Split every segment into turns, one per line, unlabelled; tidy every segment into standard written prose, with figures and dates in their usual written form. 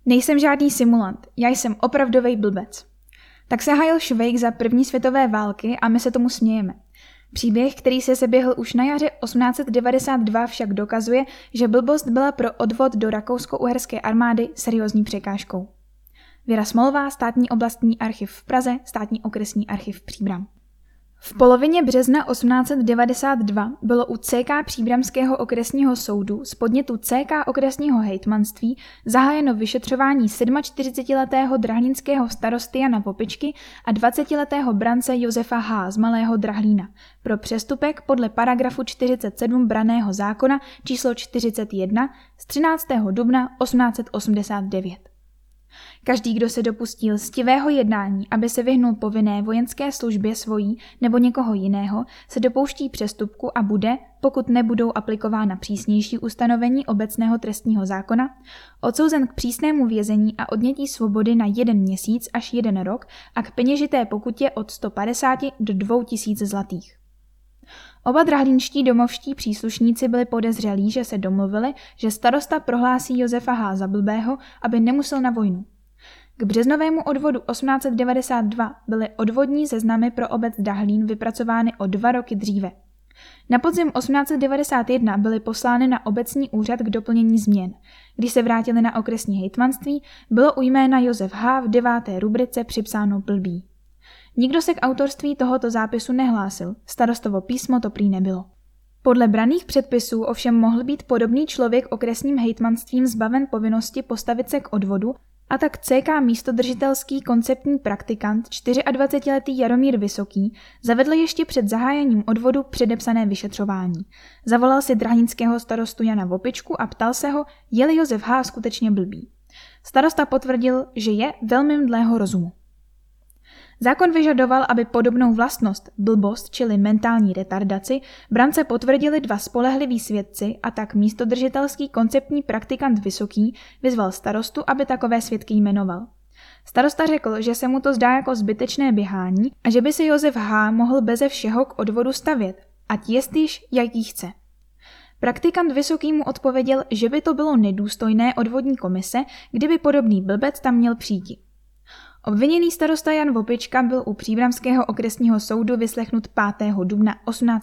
Nejsem žádný simulant, já jsem opravdovej blbec. Tak se hájil Švejk za první světové války a my se tomu smějeme. Příběh, který se seběhl už na jaře 1892, však dokazuje, že blbost byla pro odvod do rakousko-uherské armády seriózní překážkou. Věra Smolová, Státní oblastní archiv v Praze, Státní okresní archiv Příbram. V polovině března 1892 bylo u CK Příbramského okresního soudu z podnětu CK okresního hejtmanství zahájeno vyšetřování 47letého drahlínského starosty Jana Vopičky a 20letého brance Josefa H. z Malého Drahlína pro přestupek podle paragrafu 47 branného zákona číslo 41 z 13. dubna 1889. Každý, kdo se dopustil lstivého jednání, aby se vyhnul povinné vojenské službě svojí nebo někoho jiného, se dopouští přestupku a bude, pokud nebudou aplikována přísnější ustanovení obecného trestního zákona, odsouzen k přísnému vězení a odnětí svobody na 1 měsíc až 1 rok a k peněžité pokutě od 150 do 2000 zlatých. Oba drahlínští domovští příslušníci byli podezřelí, že se domluvili, že starosta prohlásí Josefa H. za blbého, aby nemusel na vojnu. K březnovému odvodu 1892 byly odvodní seznamy pro obec Drahlín vypracovány o 2 roky dříve. Na podzim 1891 byly poslány na obecní úřad k doplnění změn. Když se vrátili na okresní hejtmanství, bylo u jména Josef H. v 9. rubrice připsáno blbý. Nikdo se k autorství tohoto zápisu nehlásil, starostovo písmo to prý nebylo. Podle branných předpisů ovšem mohl být podobný člověk okresním hejtmanstvím zbaven povinnosti postavit se k odvodu, a tak CK místodržitelský konceptní praktikant 24letý Jaromír Vysoký zavedl ještě před zahájením odvodu předepsané vyšetřování. Zavolal si drahlínského starostu Jana Vopičku a ptal se ho, je-li Josef H. skutečně blbý. Starosta potvrdil, že je velmi mdlého rozumu. Zákon vyžadoval, aby podobnou vlastnost, blbost, čili mentální retardaci, brance potvrdili 2 spolehliví svědci a tak místodržitelský konceptní praktikant Vysoký vyzval starostu, aby takové svědky jmenoval. Starosta řekl, že se mu to zdá jako zbytečné běhání a že by se Josef H. mohl beze všeho k odvodu stavět, ať jestliž, jaký chce. Praktikant Vysoký mu odpověděl, že by to bylo nedůstojné odvodní komise, kdyby podobný blbec tam měl přijít. Obviněný starosta Jan Vopička byl u Příbramského okresního soudu vyslechnut 5. dubna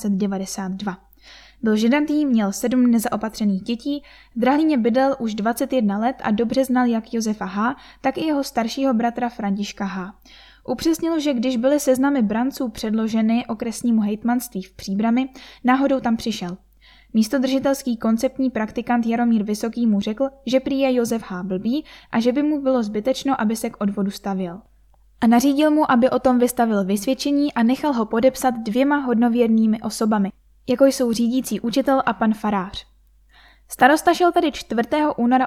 1892. Byl ženatý, měl 7 nezaopatřených dětí, v Drahlíně bydlel už 21 let a dobře znal jak Josefa H., tak i jeho staršího bratra Františka H. Upřesnil, že když byly seznamy branců předloženy okresnímu hejtmanství v Příbrami, náhodou tam přišel. Místodržitelský konceptní praktikant Jaromír Vysoký mu řekl, že prý je Josef H. blbý a že by mu bylo zbytečno, aby se k odvodu stavěl. A nařídil mu, aby o tom vystavil vysvědčení a nechal ho podepsat 2 hodnověrnými osobami, jako jsou řídící učitel a pan farář. Starosta šel tedy 4. února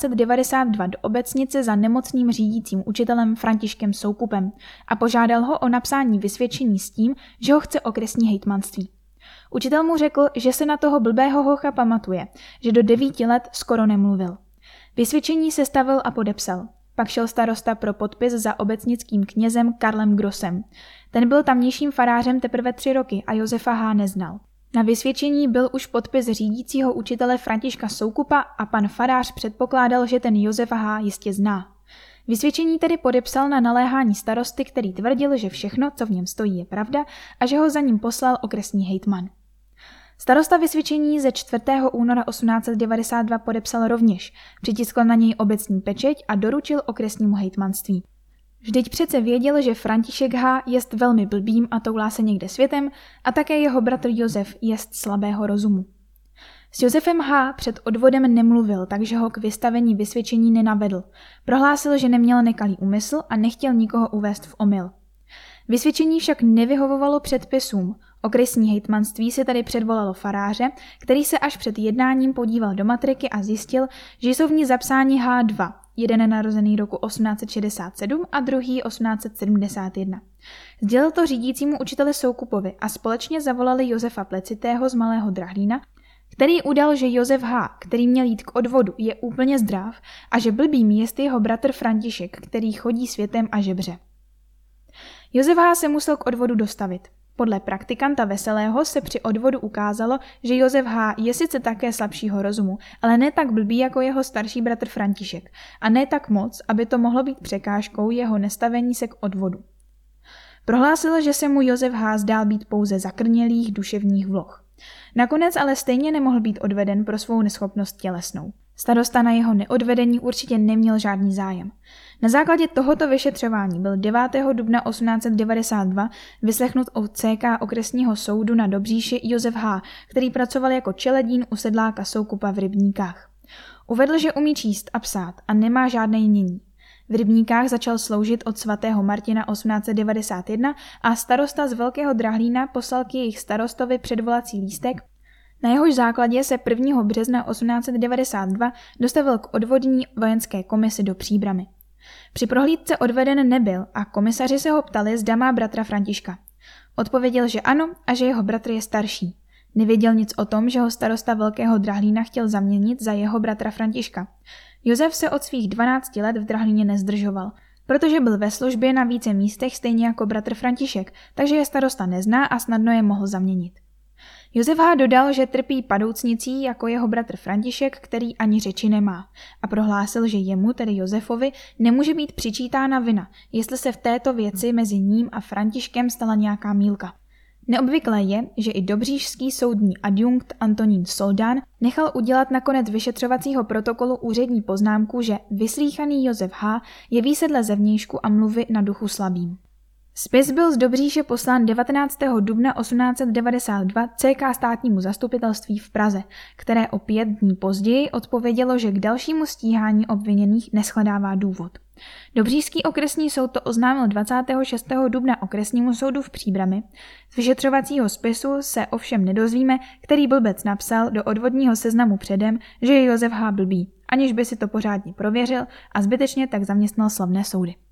1892 do obecnice za nemocným řídícím učitelem Františkem Soukupem a požádal ho o napsání vysvědčení s tím, že ho chce okresní hejtmanství. Učitel mu řekl, že se na toho blbého hocha pamatuje, že do 9 let skoro nemluvil. Vysvědčení sestavil a podepsal. Pak šel starosta pro podpis za obecnickým knězem Karlem Grossem. Ten byl tamnějším farářem teprve 3 roky a Josefa H. neznal. Na vysvědčení byl už podpis řídícího učitele Františka Soukupa a pan farář předpokládal, že ten Josefa H. jistě zná. Vysvědčení tedy podepsal na naléhání starosty, který tvrdil, že všechno, co v něm stojí, je pravda a že ho za ním poslal okresní hejtman. Starosta vysvědčení ze 4. února 1892 podepsal rovněž, přitiskl na něj obecní pečeť a doručil okresnímu hejtmanství. Vždyť přece věděl, že František H. jest velmi blbým a toulá se někde světem a také jeho bratr Josef jest slabého rozumu. S Josefem H. před odvodem nemluvil, takže ho k vystavení vysvědčení nenavedl. Prohlásil, že neměl nekalý úmysl a nechtěl nikoho uvést v omyl. Vysvědčení však nevyhovovalo předpisům. Okresní hejtmanství si tedy předvolalo faráře, který se až před jednáním podíval do matriky a zjistil, že jsou v ní zapsáni H2, jeden narozený roku 1867 a druhý 1871. Sdělil to řídícímu učiteli Soukupovi a společně zavolali Josefa Plecitého z Malého Drahlína, který udal, že Josef H., který měl jít k odvodu, je úplně zdrav a že blbým jest jeho bratr František, který chodí světem a žebře. Josef H. se musel k odvodu dostavit. Podle praktikanta Veselého se při odvodu ukázalo, že Josef H. je sice také slabšího rozumu, ale ne tak blbý jako jeho starší bratr František a ne tak moc, aby to mohlo být překážkou jeho nestavení se k odvodu. Prohlásil, že se mu Josef H. zdál být pouze zakrnělých duševních vloh. Nakonec ale stejně nemohl být odveden pro svou neschopnost tělesnou. Starosta na jeho neodvedení určitě neměl žádný zájem. Na základě tohoto vyšetřování byl 9. dubna 1892 vyslechnut od CK okresního soudu na Dobříši Josef H., který pracoval jako čeledín u sedláka Soukupa v Rybníkách. Uvedl, že umí číst a psát a nemá žádné jmění. V Rybníkách začal sloužit od svatého Martina 1891 a starosta z Velkého Drahlína poslal k jejich starostovi předvolací lístek, na jehož základě se 1. března 1892 dostavil k odvodní vojenské komisi do Příbrami. Při prohlídce odveden nebyl a komisaři se ho ptali, zda má bratra Františka. Odpověděl, že ano a že jeho bratr je starší. Nevěděl nic o tom, že ho starosta Velkého Drahlína chtěl zaměnit za jeho bratra Františka. Josef se od svých 12 let v Drahlíně nezdržoval, protože byl ve službě na více místech stejně jako bratr František, takže je starosta nezná a snadno je mohl zaměnit. Josef H. dodal, že trpí padoucnicí jako jeho bratr František, který ani řeči nemá, a prohlásil, že jemu, tedy Josefovi, nemůže být přičítána vina, jestli se v této věci mezi ním a Františkem stala nějaká mýlka. Neobvyklé je, že i dobříšský soudní adjunkt Antonín Soldán nechal udělat na konec vyšetřovacího protokolu úřední poznámku, že vyslýchaný Josef H. jeví se dle zevnějšku a mluvy na duchu slabým. Spis byl z Dobříše poslán 19. dubna 1892 CK státnímu zastupitelství v Praze, které o 5 dní později odpovědělo, že k dalšímu stíhání obviněných neshledává důvod. Dobříšský okresní soud to oznámil 26. dubna okresnímu soudu v Příbrami. Z vyšetřovacího spisu se ovšem nedozvíme, který blbec napsal do odvodního seznamu předem, že je Josef H. blbý, aniž by si to pořádně prověřil a zbytečně tak zaměstnal slavné soudy.